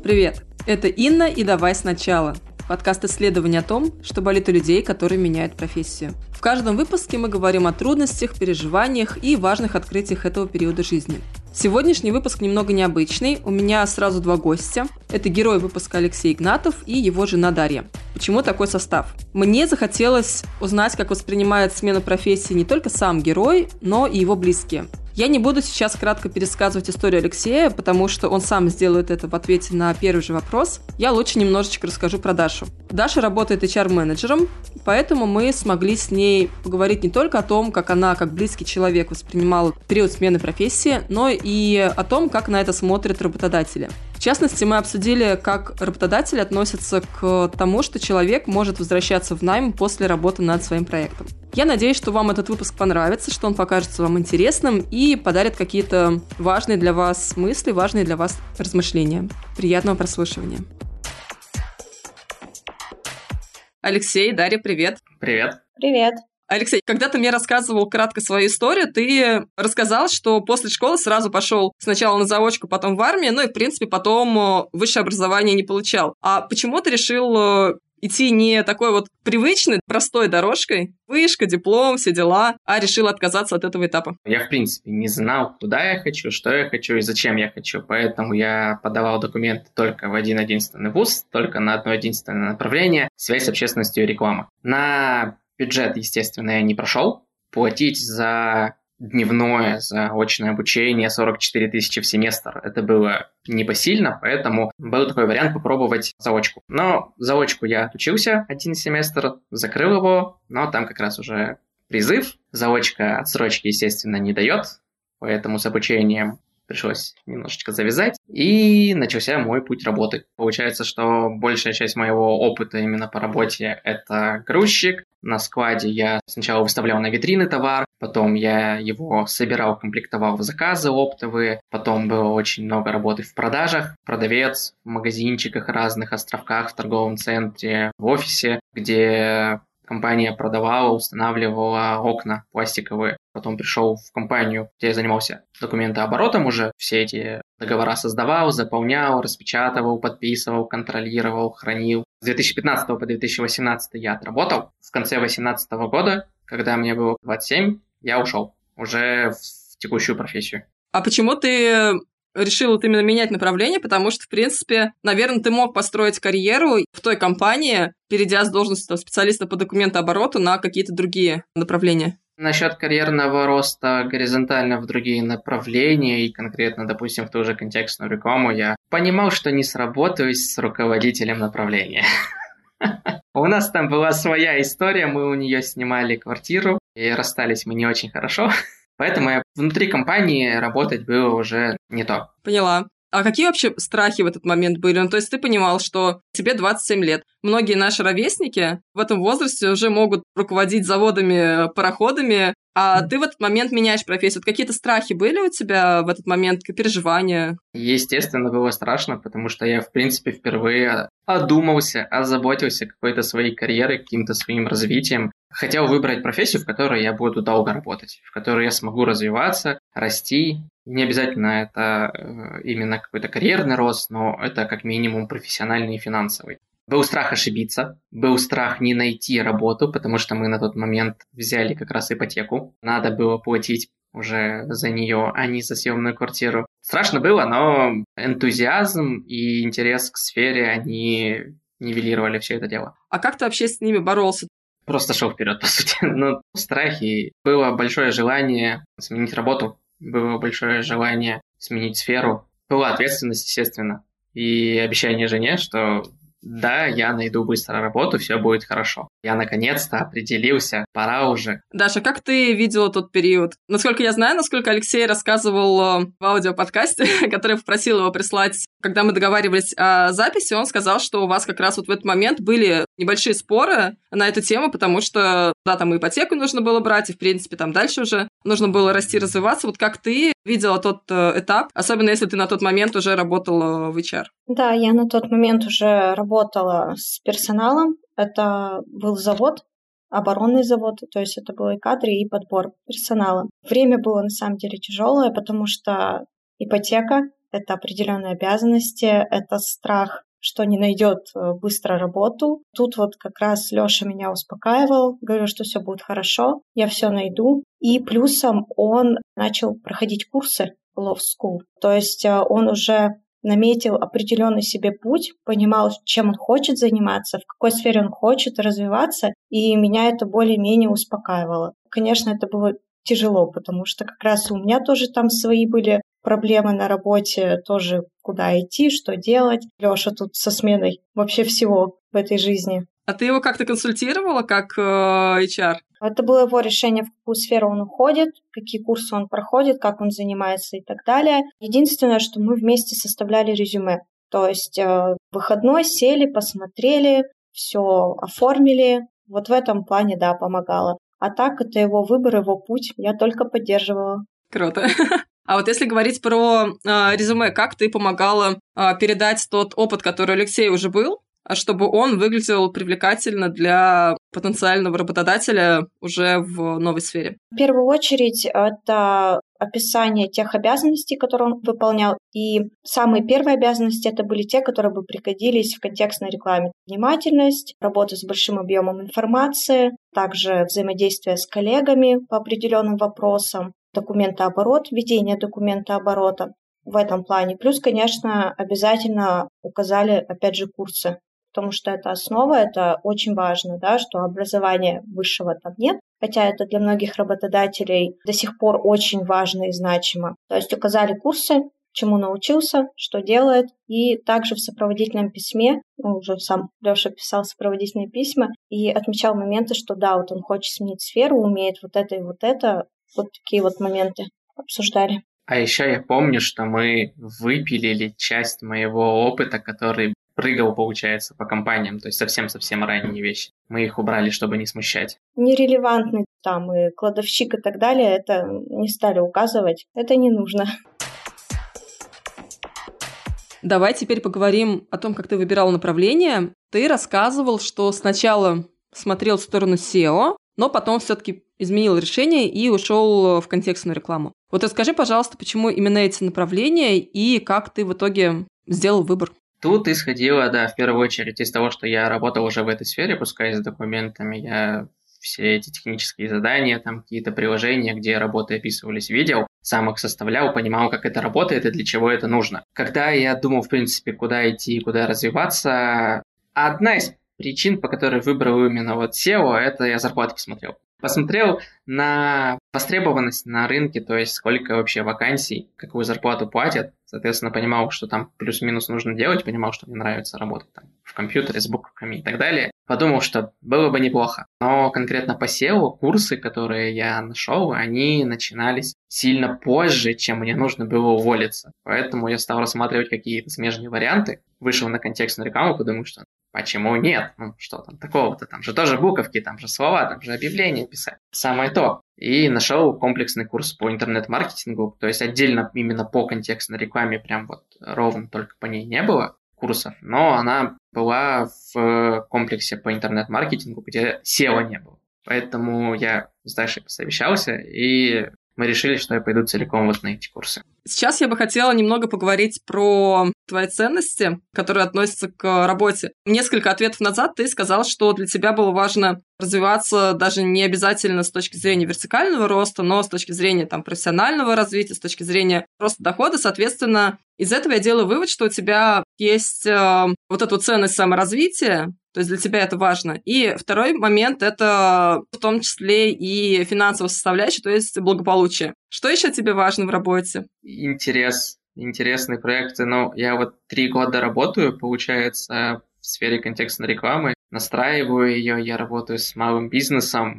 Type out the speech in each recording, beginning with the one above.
Привет, это Инна и «Давай сначала». Подкаст исследования о том, что болит у людей, которые меняют профессию. В каждом выпуске мы говорим о трудностях, переживаниях и важных открытиях этого периода жизни. Сегодняшний выпуск немного необычный. У меня сразу два гостя. Это герой выпуска Алексей Игнатов и его жена Дарья. Почему такой состав? Мне захотелось узнать, как воспринимает смену профессии не только сам герой, но и его близкие. Я не буду сейчас кратко пересказывать историю Алексея, потому что он сам сделает это в ответе на первый же вопрос. Я лучше немножечко расскажу про Дашу. Даша работает HR-менеджером, поэтому мы смогли с ней поговорить не только о том, как она, как близкий человек, воспринимала период смены профессии, но и о том, как на это смотрят работодатели. В частности, мы обсудили, как работодатели относятся к тому, что человек может возвращаться в найм после работы над своим проектом. Я надеюсь, что вам этот выпуск понравится, что он покажется вам интересным и подарит какие-то важные для вас мысли, важные для вас размышления. Приятного прослушивания. Алексей, Дарья, привет. Привет. Привет. Алексей, когда ты мне рассказывал кратко свою историю, ты рассказал, что после школы сразу пошел сначала на заочку, потом в армию, ну и, в принципе, потом высшее образование не получал. А почему ты решил идти не такой вот привычной, простой дорожкой, вышка, диплом, все дела, а решил отказаться от этого этапа? Я, в принципе, не знал, куда я хочу, что я хочу и зачем я хочу, поэтому я подавал документы только в один-единственный вуз, только на одно-единственное направление – связь с общественностью и реклама. На бюджет, естественно, я не прошел. Платить за дневное, за очное обучение 44 тысячи в семестр, это было непосильно, поэтому был такой вариант попробовать заочку. Но заочку я отучился один семестр, закрыл его, но там как раз уже призыв. Заочка отсрочки, естественно, не дает, поэтому с обучением пришлось немножечко завязать, и начался мой путь работы. Получается, что большая часть моего опыта именно по работе – это грузчик. На складе я сначала выставлял на витрины товар, потом я его собирал, комплектовал в заказы оптовые, потом было очень много работы в продажах, продавец в магазинчиках разных, островках, в торговом центре, в офисе, где компания продавала, устанавливала окна пластиковые. Потом пришел в компанию, где я занимался документооборотом уже. Все эти договора создавал, заполнял, распечатывал, подписывал, контролировал, хранил. С 2015 по 2018 я отработал. В конце 2018 года, когда мне было 27, я ушел уже в текущую профессию. А почему ты решил вот именно менять направление? Потому что, в принципе, наверное, ты мог построить карьеру в той компании, перейдя с должности специалиста по документообороту на какие-то другие направления. Насчет карьерного роста горизонтально в другие направления и конкретно, допустим, в ту же контекстную рекламу, я понимал, что не сработаюсь с руководителем направления. У нас там была своя история, мы у нее снимали квартиру, и расстались мы не очень хорошо. Поэтому внутри компании работать было уже не то. Поняла. А какие вообще страхи в этот момент были? Ну, то есть ты понимал, что тебе 27 лет. Многие наши ровесники в этом возрасте уже могут руководить заводами, пароходами, а ты в этот момент меняешь профессию. Вот какие-то страхи были у тебя в этот момент, переживания? Естественно, было страшно, потому что я, в принципе, впервые одумался, озаботился какой-то своей карьерой, каким-то своим развитием. Хотел выбрать профессию, в которой я буду долго работать, в которой я смогу развиваться, расти. Не обязательно это именно какой-то карьерный рост, но это как минимум профессиональный и финансовый. Был страх ошибиться, был страх не найти работу, потому что мы на тот момент взяли как раз ипотеку. Надо было платить уже за нее, а не за съемную квартиру. Страшно было, но энтузиазм и интерес к сфере, они нивелировали все это дело. А как ты вообще с ними боролся? Просто шел вперед, по сути. Но страхи. Было большое желание сменить работу, было большое желание сменить сферу. Была ответственность, естественно. И обещание жене, что да, я найду быстро работу, все будет хорошо. Я наконец-то определился, пора уже. Даша, как ты видела тот период? Насколько я знаю, насколько Алексей рассказывал в аудиоподкасте, который я попросил его прислать, когда мы договаривались о записи, он сказал, что у вас как раз вот в этот момент были небольшие споры на эту тему, потому что, да, там ипотеку нужно было брать, и, в принципе, там дальше уже нужно было расти, развиваться. Вот как ты видела тот этап, особенно если ты на тот момент уже работала в HR? Да, я на тот момент уже работала с персоналом. Это был завод, оборонный завод, то есть это было и кадры, и подбор персонала. Время было на самом деле тяжелое, потому что ипотека, это определенные обязанности, это страх, что не найдет быстро работу. Тут вот как раз Лёша меня успокаивал, говорил, что все будет хорошо, я все найду. И плюсом он начал проходить курсы Love School. То есть он уже наметил определенный себе путь, понимал, чем он хочет заниматься, в какой сфере он хочет развиваться, и меня это более-менее успокаивало. Конечно, это было тяжело, потому что как раз у меня тоже там свои были проблемы на работе, тоже куда идти, что делать. Лёша тут со сменой вообще всего в этой жизни. А ты его как-то консультировала как HR? Это было его решение, в какую сферу он уходит, какие курсы он проходит, как он занимается и так далее. Единственное, что мы вместе составляли резюме. То есть в выходной сели, посмотрели, все оформили. Вот в этом плане, да, помогала. А так, это его выбор, его путь. Я только поддерживала. Круто. А вот если говорить про резюме, как ты помогала передать тот опыт, который у Алексея уже был, чтобы он выглядел привлекательно для потенциального работодателя уже в новой сфере? В первую очередь, это описание тех обязанностей, которые он выполнял. И самые первые обязанности это были те, которые бы пригодились в контекстной рекламе. Внимательность, работа с большим объемом информации, также взаимодействие с коллегами по определенным вопросам, документооборот, ведение документооборота в этом плане. Плюс, конечно, обязательно указали, опять же, курсы, потому что это основа, это очень важно, да, что образования высшего там нет, хотя это для многих работодателей до сих пор очень важно и значимо. То есть указали курсы, чему научился, что делает, и также в сопроводительном письме, уже сам Лёша писал сопроводительные письма, и отмечал моменты, что да, вот он хочет сменить сферу, умеет вот это и вот это, вот такие вот моменты обсуждали. А еще я помню, что мы выпилили часть моего опыта, который прыгал, получается, по компаниям, то есть совсем-совсем ранние вещи. Мы их убрали, чтобы не смущать. Нерелевантный там и кладовщик и так далее, это не стали указывать, это не нужно. Давай теперь поговорим о том, как ты выбирал направление. Ты рассказывал, что сначала смотрел в сторону SEO, но потом все-таки изменил решение и ушел в контекстную рекламу. Вот расскажи, пожалуйста, почему именно эти направления и как ты в итоге сделал выбор? Тут исходило, да, в первую очередь из того, что я работал уже в этой сфере, пускай с документами, я все эти технические задания, там какие-то приложения, где работы описывались, видел, сам их составлял, понимал, как это работает и для чего это нужно. Когда я думал, в принципе, куда идти, куда развиваться, одна из причин, по которой выбрал именно вот SEO, это я зарплатки смотрел. Посмотрел на востребованность на рынке, то есть сколько вообще вакансий, какую зарплату платят. Соответственно, понимал, что там плюс-минус нужно делать, понимал, что мне нравится работать там в компьютере с буквами и так далее. Подумал, что было бы неплохо. Но конкретно по SEO курсы, которые я нашел, они начинались сильно позже, чем мне нужно было уволиться. Поэтому я стал рассматривать какие-то смежные варианты. Вышел на контекстную рекламу, подумал, что почему нет? Ну, что там такого-то? Там же тоже буковки, там же слова, там же объявления писать. Самое то. И нашел комплексный курс по интернет-маркетингу, то есть отдельно именно по контекстной рекламе, прям вот ровно только по ней не было курсов, но она была в комплексе по интернет-маркетингу, где SEO не было. Поэтому я с Дашей посовещался, и мы решили, что я пойду целиком вот на эти курсы. Сейчас я бы хотела немного поговорить про твои ценности, которые относятся к работе. Несколько ответов назад ты сказал, что для тебя было важно развиваться даже не обязательно с точки зрения вертикального роста, но с точки зрения там, профессионального развития, с точки зрения роста дохода. Соответственно, из этого я делаю вывод, что у тебя есть вот эту ценность саморазвития, то есть для тебя это важно. И второй момент – это в том числе и финансовая составляющая, то есть благополучие. Что еще тебе важно в работе? Интересные проекты. Ну, я вот 3 года работаю, получается, в сфере контекстной рекламы. Настраиваю ее, я работаю с малым бизнесом,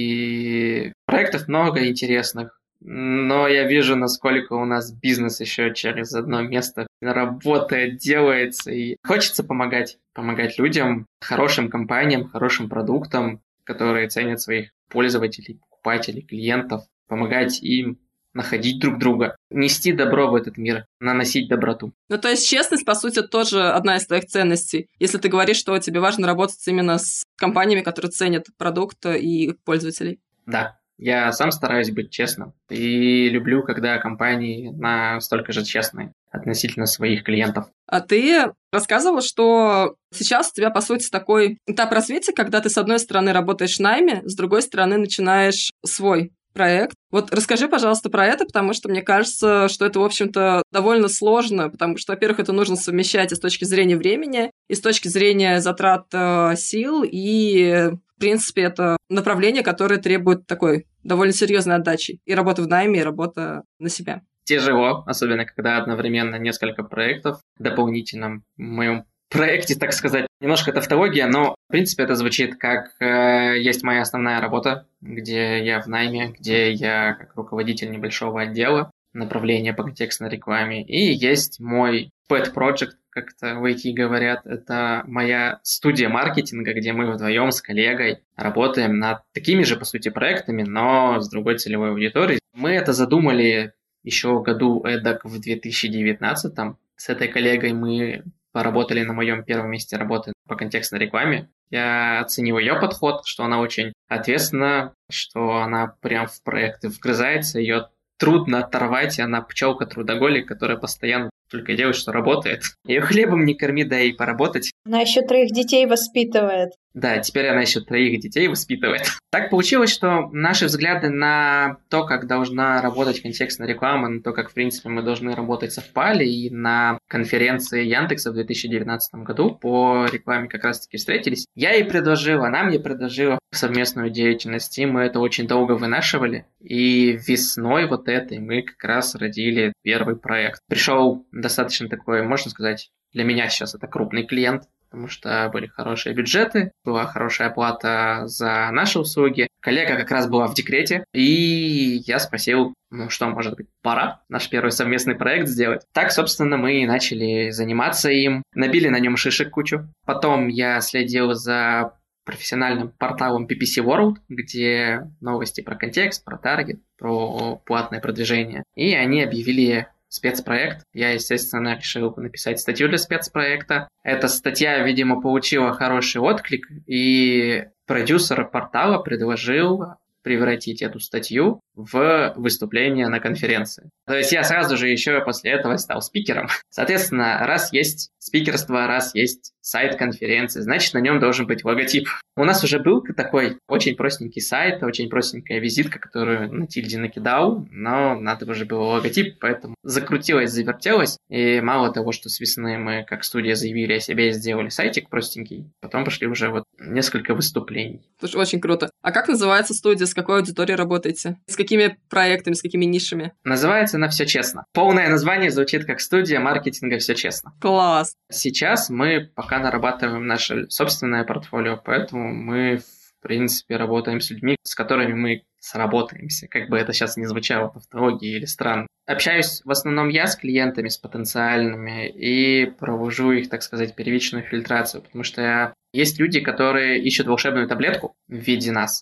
и проектов много интересных. Но я вижу, насколько у нас бизнес еще через одно место работает, делается. И хочется помогать людям, хорошим компаниям, хорошим продуктам, которые ценят своих пользователей, покупателей, клиентов, помогать им находить друг друга, нести добро в этот мир, наносить доброту. Ну, то есть честность, по сути, тоже одна из твоих ценностей. Если ты говоришь, что тебе важно работать именно с компаниями, которые ценят продукт и их пользователей. Да. Я сам стараюсь быть честным и люблю, когда компании настолько же честные. относительно своих клиентов. А ты рассказывал, что сейчас у тебя, по сути, такой этап развития, когда ты, с одной стороны, работаешь в найме, с другой стороны, начинаешь свой проект. Вот расскажи, пожалуйста, про это, потому что мне кажется, что это, в общем-то, довольно сложно, потому что, во-первых, это нужно совмещать и с точки зрения времени, и с точки зрения затрат сил, и, в принципе, это направление, которое требует такой довольно серьезной отдачи. И работа в найме, и работа на себя. Тяжело, особенно когда одновременно несколько проектов в дополнительном моем проекте, так сказать. Немножко тавтология, но, в принципе, это звучит как есть моя основная работа, где я в найме, где я как руководитель небольшого отдела, направления по контекстной рекламе, и есть мой pet project, как это в IT говорят, это моя студия маркетинга, где мы вдвоем с коллегой работаем над такими же, по сути, проектами, но с другой целевой аудиторией. Мы это задумали еще году эдак в 2019-м. С этой коллегой мы поработали на моем первом месте работы по контекстной рекламе. Я оценил ее подход, что она очень ответственна, что она прям в проекты вгрызается, ее трудно оторвать, она пчелка-трудоголик, которая постоянно только делает, что работает. Ее хлебом не корми, дай ей поработать. Она еще 3 детей воспитывает. Да, теперь она еще 3 детей воспитывает. Так получилось, что наши взгляды на то, как должна работать контекстная реклама, на то, как, в принципе, мы должны работать, совпали. И на конференции Яндекса в 2019 году по рекламе как раз-таки встретились. Я ей предложила, она мне предложила совместную деятельность, и мы это очень долго вынашивали. И весной вот этой мы как раз родили первый проект. Пришел достаточно такой, можно сказать, для меня сейчас это крупный клиент, потому что были хорошие бюджеты, была хорошая оплата за наши услуги. Коллега как раз была в декрете, и я спросил, что, может быть, пора наш первый совместный проект сделать. Так, собственно, мы и начали заниматься им, набили на нем шишек кучу. Потом я следил за профессиональным порталом PPC World, где новости про контекст, про таргет, про платное продвижение. И они объявили спецпроект. Я, естественно, решил написать статью для спецпроекта. Эта статья, видимо, получила хороший отклик, и продюсер портала предложил превратить эту статью в выступление на конференции. То есть я сразу же еще после этого стал спикером. Соответственно, раз есть спикерство, раз есть сайт конференции, значит, на нем должен быть логотип. У нас уже был такой очень простенький сайт, очень простенькая визитка, которую на тильде накидал, но надо уже было логотип, поэтому закрутилось, завертелось. И мало того, что с весны мы как студия заявили о себе и сделали сайтик простенький, потом пошли уже вот несколько выступлений. Слушай, очень круто. А как называется студия, с какой аудиторией работаете? С какими проектами, с какими нишами? Называется она «Все честно». Полное название звучит как студия маркетинга «Все честно». Класс! Сейчас мы пока нарабатываем наше собственное портфолио, поэтому мы, в принципе, работаем с людьми, с которыми мы сработаемся, как бы это сейчас не звучало тавтологией или странно. Общаюсь в основном я с клиентами, с потенциальными, и провожу их, так сказать, первичную фильтрацию, потому что есть люди, которые ищут волшебную таблетку в виде нас,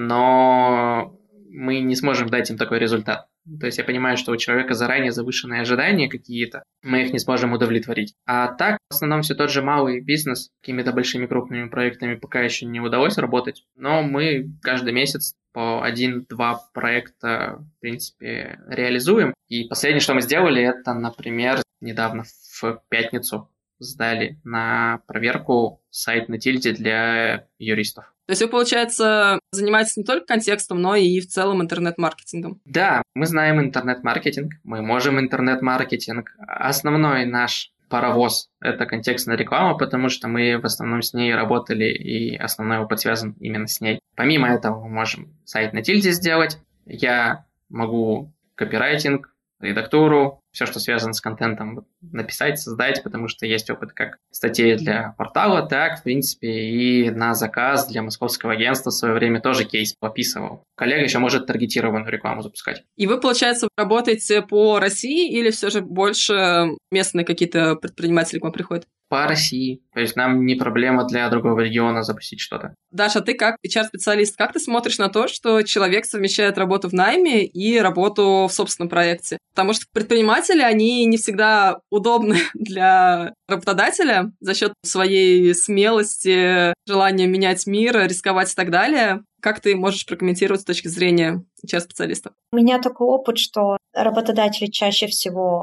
но мы не сможем дать им такой результат. То есть я понимаю, что у человека заранее завышенные ожидания какие-то, мы их не сможем удовлетворить. А так, в основном, все тот же малый бизнес, какими-то большими крупными проектами пока еще не удалось работать, но мы каждый месяц по 1-2 проекта, в принципе, реализуем. И последнее, что мы сделали, это, например, недавно в пятницу сдали на проверку сайт на тильде для юристов. То есть вы, получается, занимаетесь не только контекстом, но и в целом интернет-маркетингом. Да, мы знаем интернет-маркетинг, мы можем интернет-маркетинг. Основной наш паровоз – это контекстная реклама, потому что мы в основном с ней работали, и основной опыт связан именно с ней. Помимо этого мы можем сайт на тильде сделать, я могу копирайтинг, редактуру, все, что связано с контентом, написать, создать, потому что есть опыт как статей для портала, так, в принципе, и на заказ для московского агентства в свое время тоже кейс описывал. Коллега еще может таргетированную рекламу запускать. И вы, получается, работаете по России или все же больше местные какие-то предприниматели к вам приходят? По России. То есть нам не проблема для другого региона запустить что-то. Даша, ты как HR-специалист, как ты смотришь на то, что человек совмещает работу в найме и работу в собственном проекте? Потому что предприниматели, они не всегда удобны для работодателя за счет своей смелости, желания менять мир, рисковать и так далее. Как ты можешь прокомментировать с точки зрения HR-специалиста? У меня такой опыт, что работодатели чаще всего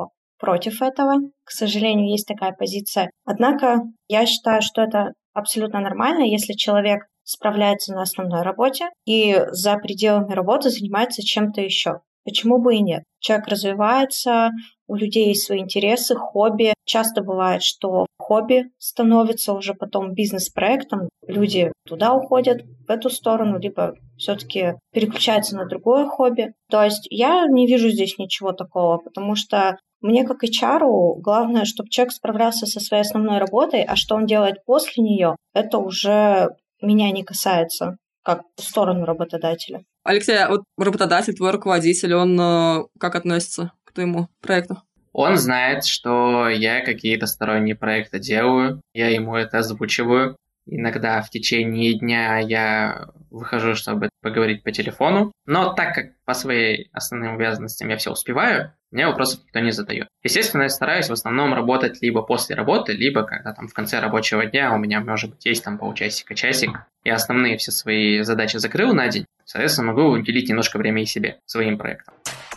против этого. К сожалению, есть такая позиция. Однако я считаю, что это абсолютно нормально, если человек справляется на основной работе и за пределами работы занимается чем-то еще. Почему бы и нет? Человек развивается, у людей есть свои интересы, хобби. Часто бывает, что хобби становится уже потом бизнес-проектом. Люди туда уходят, в эту сторону, либо все-таки переключаются на другое хобби. То есть я не вижу здесь ничего такого, потому что мне как HR главное, чтобы человек справлялся со своей основной работой, а что он делает после нее, это уже меня не касается, как в сторону работодателя. Алексей, а вот работодатель, твой руководитель, он как относится к твоему проекту? Он знает, что я какие-то сторонние проекты делаю, я ему это озвучиваю. Иногда в течение дня я выхожу, чтобы поговорить по телефону, но так как по своим основным обязанностям я все успеваю, мне вопросов никто не задает. Естественно, я стараюсь в основном работать либо после работы, либо когда там в конце рабочего дня у меня, может быть, есть там полчасика, часик, я основные все свои задачи закрыл на день, соответственно, могу уделить немножко времени себе, своим проектам.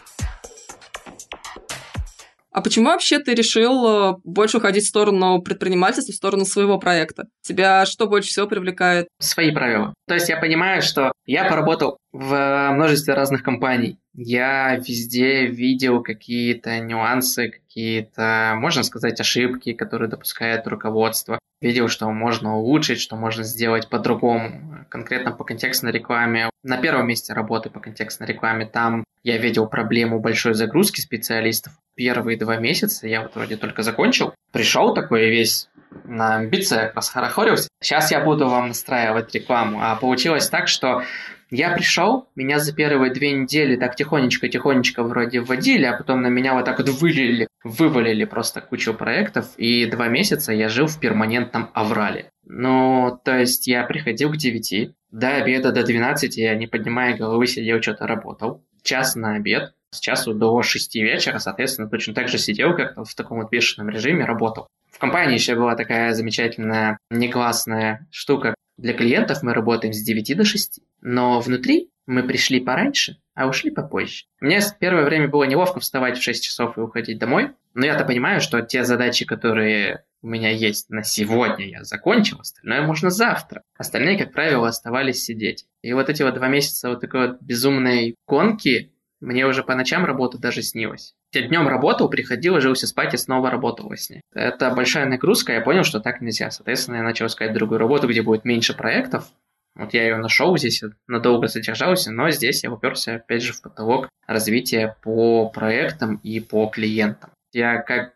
А почему вообще ты решил больше уходить в сторону предпринимательства, в сторону своего проекта? Тебя что больше всего привлекает? Свои правила. То есть я понимаю, что я поработал в множестве разных компаний. Я везде видел какие-то нюансы, какие-то, можно сказать, ошибки, которые допускает руководство. Видел, что можно улучшить, что можно сделать по-другому. Конкретно по контекстной рекламе. На первом месте работы по контекстной рекламе там я видел проблему большой загрузки специалистов. Первые 2 месяца я вот вроде только закончил. Пришел такой весь на амбициях, расхорохорился. Сейчас я буду вам настраивать рекламу. А получилось так, что я пришел, меня за первые 2 недели так тихонечко вроде вводили, а потом на меня вот так вот вывалили просто кучу проектов, и 2 месяца я жил в перманентном аврале. Ну, то есть я приходил к 9, до обеда, до 12 я, не поднимая головы, сидел, что-то работал. Час на обед, с часу до 6 вечера, соответственно, точно так же сидел, как в таком вот бешеном режиме работал. В компании еще была такая замечательная, негласная штука. Для клиентов мы работаем с 9 до 6, но внутри мы пришли пораньше, а ушли попозже. Мне первое время было неловко вставать в 6 часов и уходить домой, но я-то понимаю, что те задачи, которые у меня есть на сегодня, я закончил, остальное можно завтра. Остальные, как правило, оставались сидеть. И вот эти вот 2 месяца вот такой вот безумной гонки, мне уже по ночам работа даже снилась. Я днем работал, приходил, ложился спать и снова работал во сне. Это большая нагрузка, я понял, что так нельзя. Соответственно, я начал искать другую работу, где будет меньше проектов. Вот я ее нашел, здесь надолго задержался, но здесь я уперся, опять же, в потолок развития по проектам и по клиентам. Я как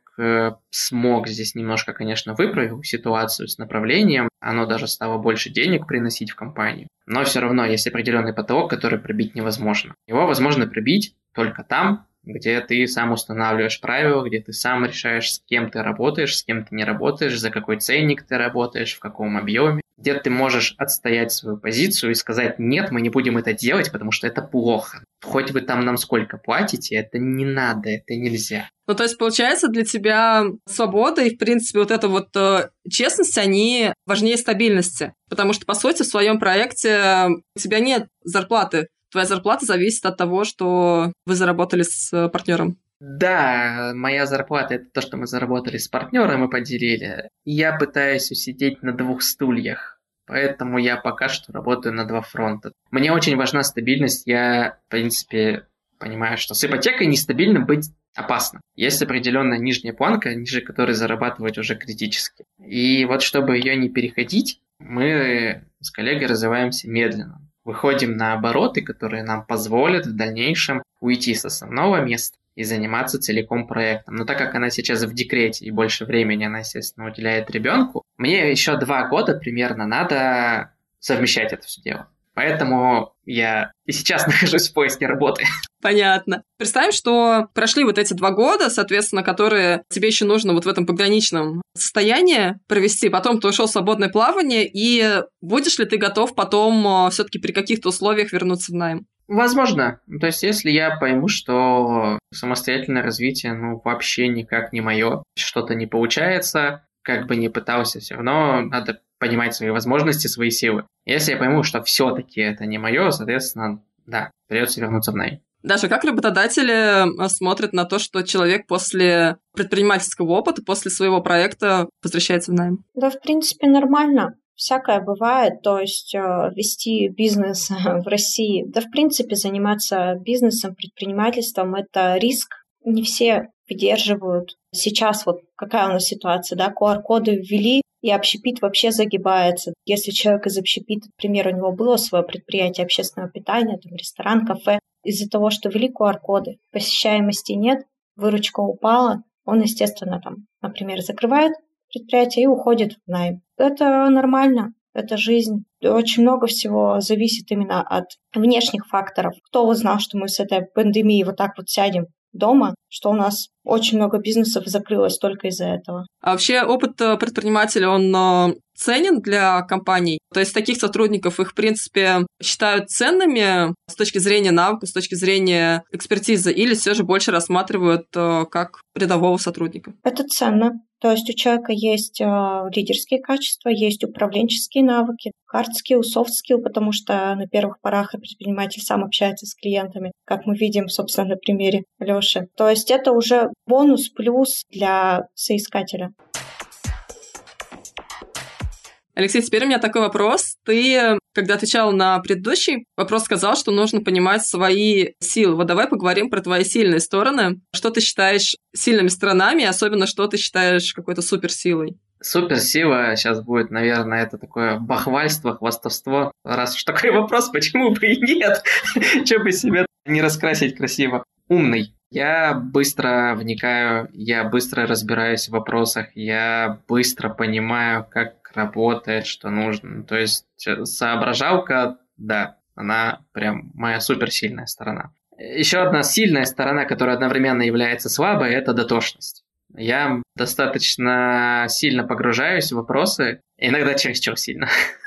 смог здесь немножко, конечно, выправил ситуацию с направлением, оно даже стало больше денег приносить в компанию, но все равно есть определенный потолок, который пробить невозможно. Его возможно пробить только там, где ты сам устанавливаешь правила, где ты сам решаешь, с кем ты работаешь, с кем ты не работаешь, за какой ценник ты работаешь, в каком объеме, где ты можешь отстоять свою позицию и сказать: нет, мы не будем это делать, потому что это плохо. Хоть вы там нам сколько платите, это не надо, это нельзя. Ну, то есть, получается, для тебя свобода и, в принципе, вот эта вот честность, они важнее стабильности. Потому что, по сути, в своем проекте у тебя нет зарплаты. Твоя зарплата зависит от того, что вы заработали с партнером. Да, моя зарплата – это то, что мы заработали с партнером и поделили. Я пытаюсь усидеть на 2 стульях, поэтому я пока что работаю на 2 фронта. Мне очень важна стабильность. Я, в принципе, понимаю, что с ипотекой нестабильным быть опасно. Есть определенная нижняя планка, ниже которой зарабатывать уже критически. И вот чтобы ее не переходить, мы с коллегой развиваемся медленно. Выходим на обороты, которые нам позволят в дальнейшем уйти с основного места и заниматься целиком проектом. Но так как она сейчас в декрете и больше времени она, естественно, уделяет ребенку, мне еще 2 года примерно надо совмещать это все дело. Поэтому я и сейчас нахожусь в поиске работы. Понятно. Представим, что прошли вот эти 2 года, соответственно, которые тебе еще нужно вот в этом пограничном состоянии провести. Потом ты ушел в свободное плавание, и будешь ли ты готов потом все-таки при каких-то условиях вернуться в найм? Возможно. То есть, если я пойму, что самостоятельное развитие, вообще никак не мое, что-то не получается, как бы не пытался, все равно надо понимать свои возможности, свои силы. Если я пойму, что все-таки это не мое, соответственно, да, придется вернуться в найм. Даша, как работодатели смотрят на то, что человек после предпринимательского опыта, после своего проекта возвращается в найм? Да, в принципе, нормально. Всякое бывает, то есть вести бизнес в России, да, в принципе, заниматься бизнесом, предпринимательством – это риск. Не все выдерживают. Сейчас вот какая у нас ситуация, да, QR-коды ввели, и общепит вообще загибается. Если человек из общепита, например, у него было свое предприятие общественного питания, там ресторан, кафе, из-за того, что ввели QR-коды, посещаемости нет, выручка упала, он, естественно, там, например, закрывает предприятие и уходит в найм. Это нормально, это жизнь. Очень много всего зависит именно от внешних факторов. Кто узнал, что мы с этой пандемией вот так вот сядем дома, что у нас очень много бизнесов закрылось только из-за этого. А вообще опыт предпринимателя, он ценен для компаний? То есть таких сотрудников их, в принципе, считают ценными с точки зрения навыков, с точки зрения экспертизы, или все же больше рассматривают как рядового сотрудника? Это ценно. То есть у человека есть лидерские качества, есть управленческие навыки, hard skill, soft skill, потому что на первых порах предприниматель сам общается с клиентами, как мы видим, собственно, на примере Лёши. То есть это уже бонус, плюс для соискателя. Алексей, теперь у меня такой вопрос. Ты, когда отвечал на предыдущий вопрос, сказал, что нужно понимать свои силы. Вот давай поговорим про твои сильные стороны. Что ты считаешь сильными сторонами, особенно что ты считаешь какой-то суперсилой? Суперсила сейчас будет, наверное, это такое бахвальство, хвастовство. Раз уж такой вопрос, почему бы и нет? Че бы себе не раскрасить красиво? Умный. Я быстро вникаю, я быстро разбираюсь в вопросах, я быстро понимаю, как работает, что нужно. То есть соображалка, да, она прям моя суперсильная сторона. Еще одна сильная сторона, которая одновременно является слабой, это дотошность. Я достаточно сильно погружаюсь в вопросы, иногда чересчур сильно.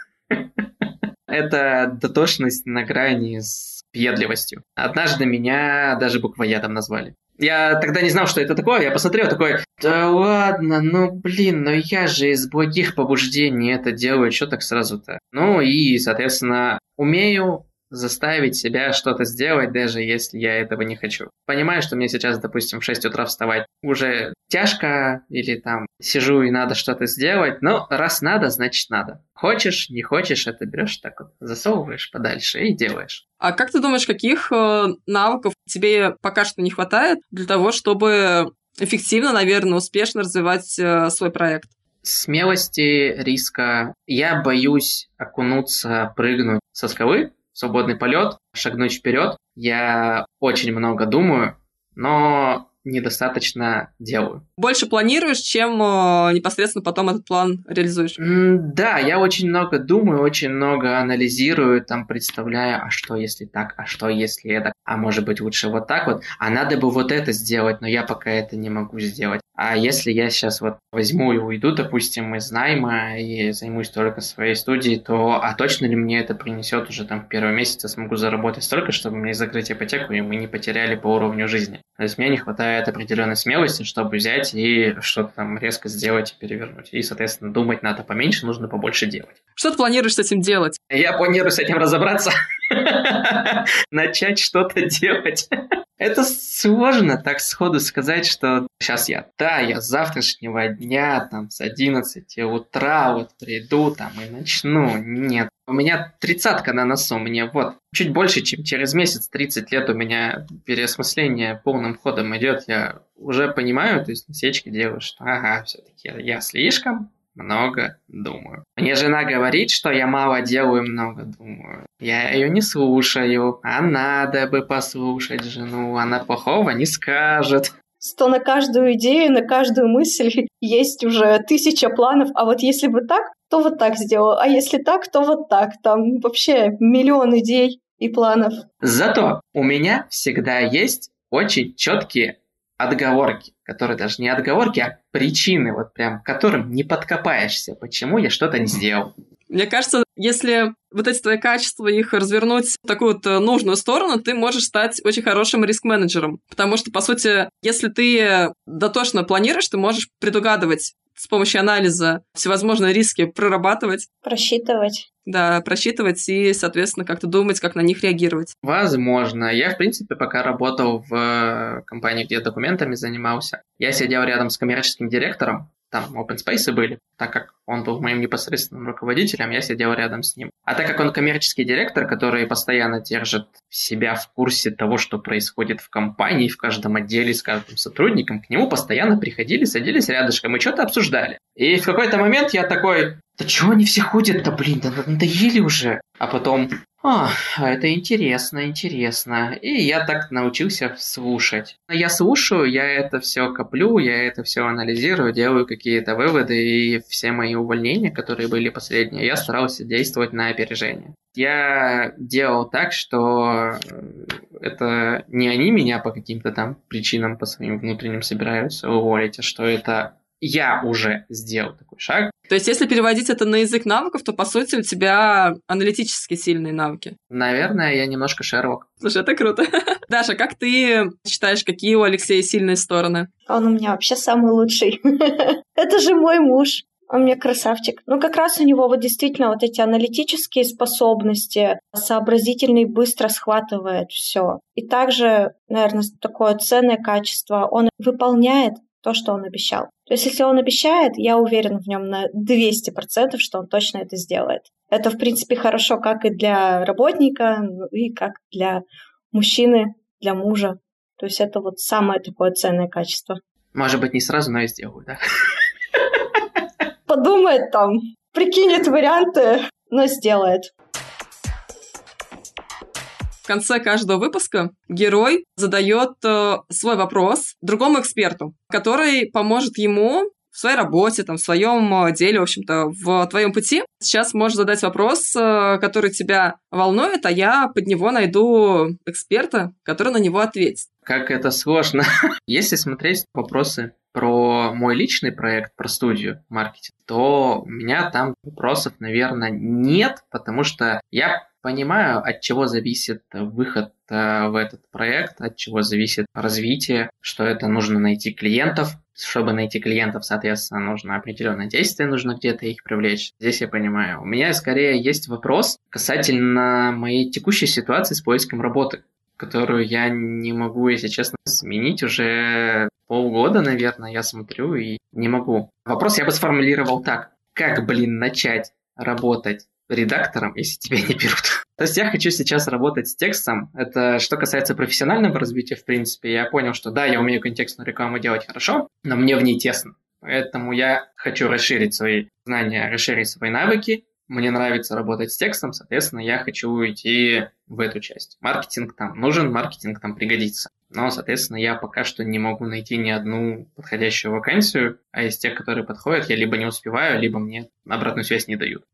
Это дотошность на грани с въедливостью. Однажды меня даже буквоедом назвали. Я тогда не знал, что это такое, я посмотрел такой, да ладно, ну я же из благих побуждений это делаю, что так сразу-то? Ну и, соответственно, умею заставить себя что-то сделать, даже если я этого не хочу. Понимаю, что мне сейчас, допустим, в 6 утра вставать уже тяжко, или там сижу и надо что-то сделать, но раз надо, значит надо. Хочешь, не хочешь, это берешь так вот, засовываешь подальше и делаешь. А как ты думаешь, каких навыков тебе пока что не хватает для того, чтобы эффективно, наверное, успешно развивать свой проект? Смелости, риска. Я боюсь окунуться, прыгнуть со скалы, свободный полет, шагнуть вперед. Я очень много думаю, но недостаточно делаю. Больше планируешь, чем непосредственно потом этот план реализуешь? Да, я очень много думаю, очень много анализирую, там представляю, а что если так, а что если это, а может быть лучше вот так вот, а надо бы вот это сделать, но я пока это не могу сделать. А если я сейчас вот возьму и уйду, допустим, из найма и займусь только своей студией, то а точно ли мне это принесет уже там в первый месяц, я смогу заработать столько, чтобы мне закрыть ипотеку, и мы не потеряли по уровню жизни. То есть мне не хватает определенной смелости, чтобы взять и что-то там резко сделать и перевернуть. И, соответственно, думать надо поменьше, нужно побольше делать. Что ты планируешь с этим делать? Я планирую с этим разобраться. Начать что-то делать. Это сложно так сходу сказать, что сейчас я с завтрашнего дня, там, с 11 утра вот приду там и начну. Нет. У меня 30-ка на носу, мне вот чуть больше, чем через месяц, 30 лет у меня переосмысление полным ходом идет. Я уже понимаю, то есть насечки делаю, что все-таки я слишком много думаю. Мне жена говорит, что я мало делаю, много думаю. Я ее не слушаю, а надо бы послушать жену, она плохого не скажет. Что на каждую идею, на каждую мысль есть уже 1000 планов, а вот если бы так, то вот так сделал, а если так, то вот так. Там вообще миллион идей и планов. Зато у меня всегда есть очень четкие отговорки, которые даже не отговорки, а причины, вот прям, к которым не подкопаешься, почему я что-то не сделал. Мне кажется, если вот эти твои качества, их развернуть в такую вот нужную сторону, ты можешь стать очень хорошим риск-менеджером. Потому что, по сути, если ты дотошно планируешь, ты можешь предугадывать с помощью анализа всевозможные риски прорабатывать. Просчитывать. Да, просчитывать и, соответственно, как-то думать, как на них реагировать. Возможно. Я, в принципе, пока работал в компании, где документами занимался, я сидел рядом с коммерческим директором, там open space были, так как он был моим непосредственным руководителем, я сидел рядом с ним. А так как он коммерческий директор, который постоянно держит себя в курсе того, что происходит в компании, в каждом отделе, с каждым сотрудником, к нему постоянно приходили, садились рядышком и что-то обсуждали. И в какой-то момент я такой: да чего они все ходят-то, блин, да надоели уже. А потом: это интересно. И я так научился слушать. Я слушаю, я это все коплю, я это все анализирую, делаю какие-то выводы, и все мои увольнения, которые были последние, я старался действовать на опережение. Я делал так, что это не они меня по каким-то там причинам, по своим внутренним собираются уволить, а что это я уже сделал такой шаг. То есть, если переводить это на язык навыков, то, по сути, у тебя аналитически сильные навыки. Наверное, я немножко Шерлок. Слушай, это круто. Даша, как ты считаешь, какие у Алексея сильные стороны? Он у меня вообще самый лучший. Это же мой муж. Он мне красавчик. Как раз у него действительно вот эти аналитические способности, сообразительный, быстро схватывает все. И также, наверное, такое ценное качество, он выполняет то, что он обещал. То есть, если он обещает, я уверена в нем на 200%, что он точно это сделает. Это, в принципе, хорошо как и для работника, и как для мужчины, для мужа. То есть, это вот самое такое ценное качество. Может быть, не сразу, но я сделаю, да? Подумает там, прикинет варианты, но сделает. В конце каждого выпуска герой задает свой вопрос другому эксперту, который поможет ему в своей работе, в своем деле, в общем-то, в твоем пути. Сейчас можешь задать вопрос, который тебя волнует, а я под него найду эксперта, который на него ответит. Как это сложно. Если смотреть вопросы про мой личный проект, про студию маркетинг, то у меня там вопросов, наверное, нет, потому что я понимаю, от чего зависит выход в этот проект, от чего зависит развитие, что это нужно найти клиентов. Чтобы найти клиентов, соответственно, нужно определенное действие, нужно где-то их привлечь. Здесь я понимаю. У меня скорее есть вопрос касательно моей текущей ситуации с поиском работы, которую я не могу, если честно, сменить уже полгода, наверное, я смотрю и не могу. Вопрос я бы сформулировал так. Как, начать работать редактором, если тебя не берут? То есть я хочу сейчас работать с текстом. Это что касается профессионального развития, в принципе. Я понял, что да, я умею контекстную рекламу делать хорошо, но мне в ней тесно. Поэтому я хочу расширить свои знания, расширить свои навыки. Мне нравится работать с текстом, соответственно, я хочу уйти в эту часть. Маркетинг там нужен, маркетинг там пригодится. Но, соответственно, я пока что не могу найти ни одну подходящую вакансию, а из тех, которые подходят, я либо не успеваю, либо мне обратную связь не дают.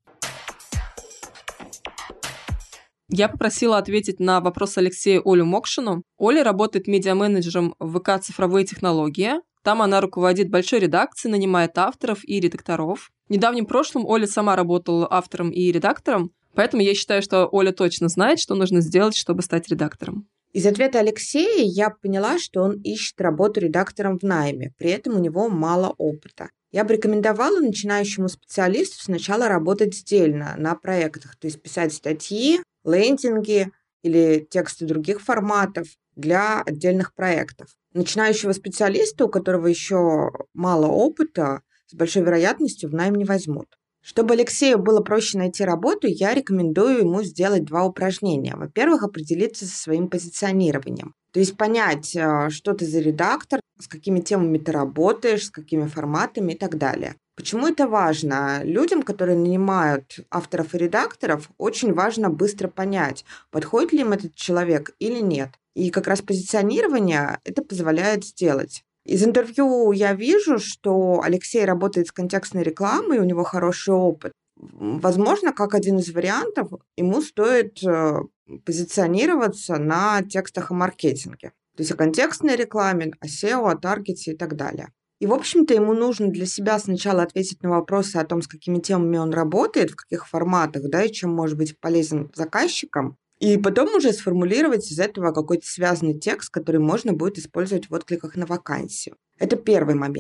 Я попросила ответить на вопрос Алексея Олю Мокшину. Оля работает медиа-менеджером в ВК «Цифровые технологии». Там она руководит большой редакцией, нанимает авторов и редакторов. В недавнем прошлом Оля сама работала автором и редактором, поэтому я считаю, что Оля точно знает, что нужно сделать, чтобы стать редактором. Из ответа Алексея я поняла, что он ищет работу редактором в найме, при этом у него мало опыта. Я бы рекомендовала начинающему специалисту сначала работать сдельно на проектах, то есть писать статьи, лендинги или тексты других форматов для отдельных проектов. Начинающего специалиста, у которого еще мало опыта, с большой вероятностью в найм не возьмут. Чтобы Алексею было проще найти работу, я рекомендую ему сделать 2 упражнения. Во-первых, определиться со своим позиционированием. То есть понять, что ты за редактор, с какими темами ты работаешь, с какими форматами и так далее. Почему это важно? Людям, которые нанимают авторов и редакторов, очень важно быстро понять, подходит ли им этот человек или нет. И как раз позиционирование это позволяет сделать. Из интервью я вижу, что Алексей работает с контекстной рекламой, у него хороший опыт. Возможно, как один из вариантов, ему стоит позиционироваться на текстах о маркетинге. То есть о контекстной рекламе, о SEO, о таргете и так далее. И, в общем-то, ему нужно для себя сначала ответить на вопросы о том, с какими темами он работает, в каких форматах, да, и чем может быть полезен заказчикам. И потом уже сформулировать из этого какой-то связанный текст, который можно будет использовать в откликах на вакансию. Это первый момент.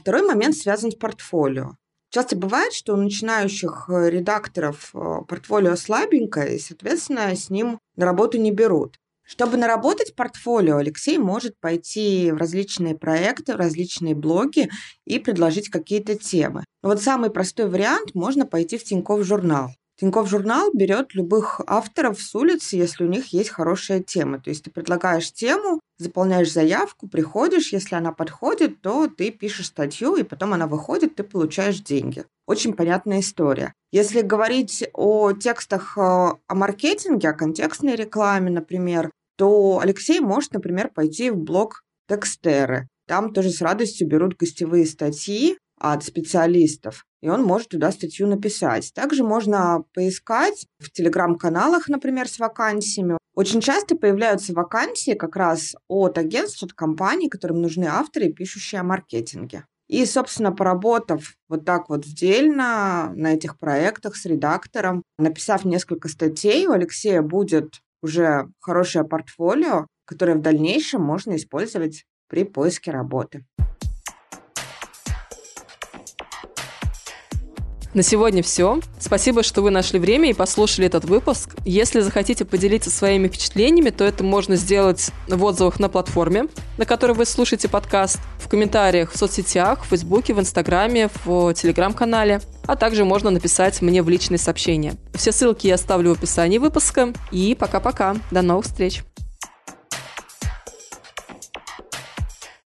второй момент связан с портфолио. Часто бывает, что у начинающих редакторов портфолио слабенькое, и, соответственно, с ним на работу не берут. Чтобы наработать портфолио, Алексей может пойти в различные проекты, в различные блоги и предложить какие-то темы. Но вот самый простой вариант – можно пойти в Тинькофф журнал. Тинькофф журнал берет любых авторов с улицы, если у них есть хорошая тема. То есть ты предлагаешь тему, заполняешь заявку, приходишь, если она подходит, то ты пишешь статью, и потом она выходит, ты получаешь деньги. Очень понятная история. Если говорить о текстах о маркетинге, о контекстной рекламе, например, то Алексей может, например, пойти в блог Текстеры. Там тоже с радостью берут гостевые статьи от специалистов, и он может туда статью написать. Также можно поискать в телеграм-каналах, например, с вакансиями. Очень часто появляются вакансии как раз от агентств, от компаний, которым нужны авторы, пишущие о маркетинге. И, собственно, поработав вот так вот отдельно на этих проектах с редактором, написав несколько статей, у Алексея будет уже хорошее портфолио, которое в дальнейшем можно использовать при поиске работы. На сегодня все. Спасибо, что вы нашли время и послушали этот выпуск. Если захотите поделиться своими впечатлениями, то это можно сделать в отзывах на платформе, на которой вы слушаете подкаст, в комментариях в соцсетях, в Фейсбуке, в Инстаграме, в Телеграм-канале, а также можно написать мне в личные сообщения. Все ссылки я оставлю в описании выпуска. И пока-пока. До новых встреч.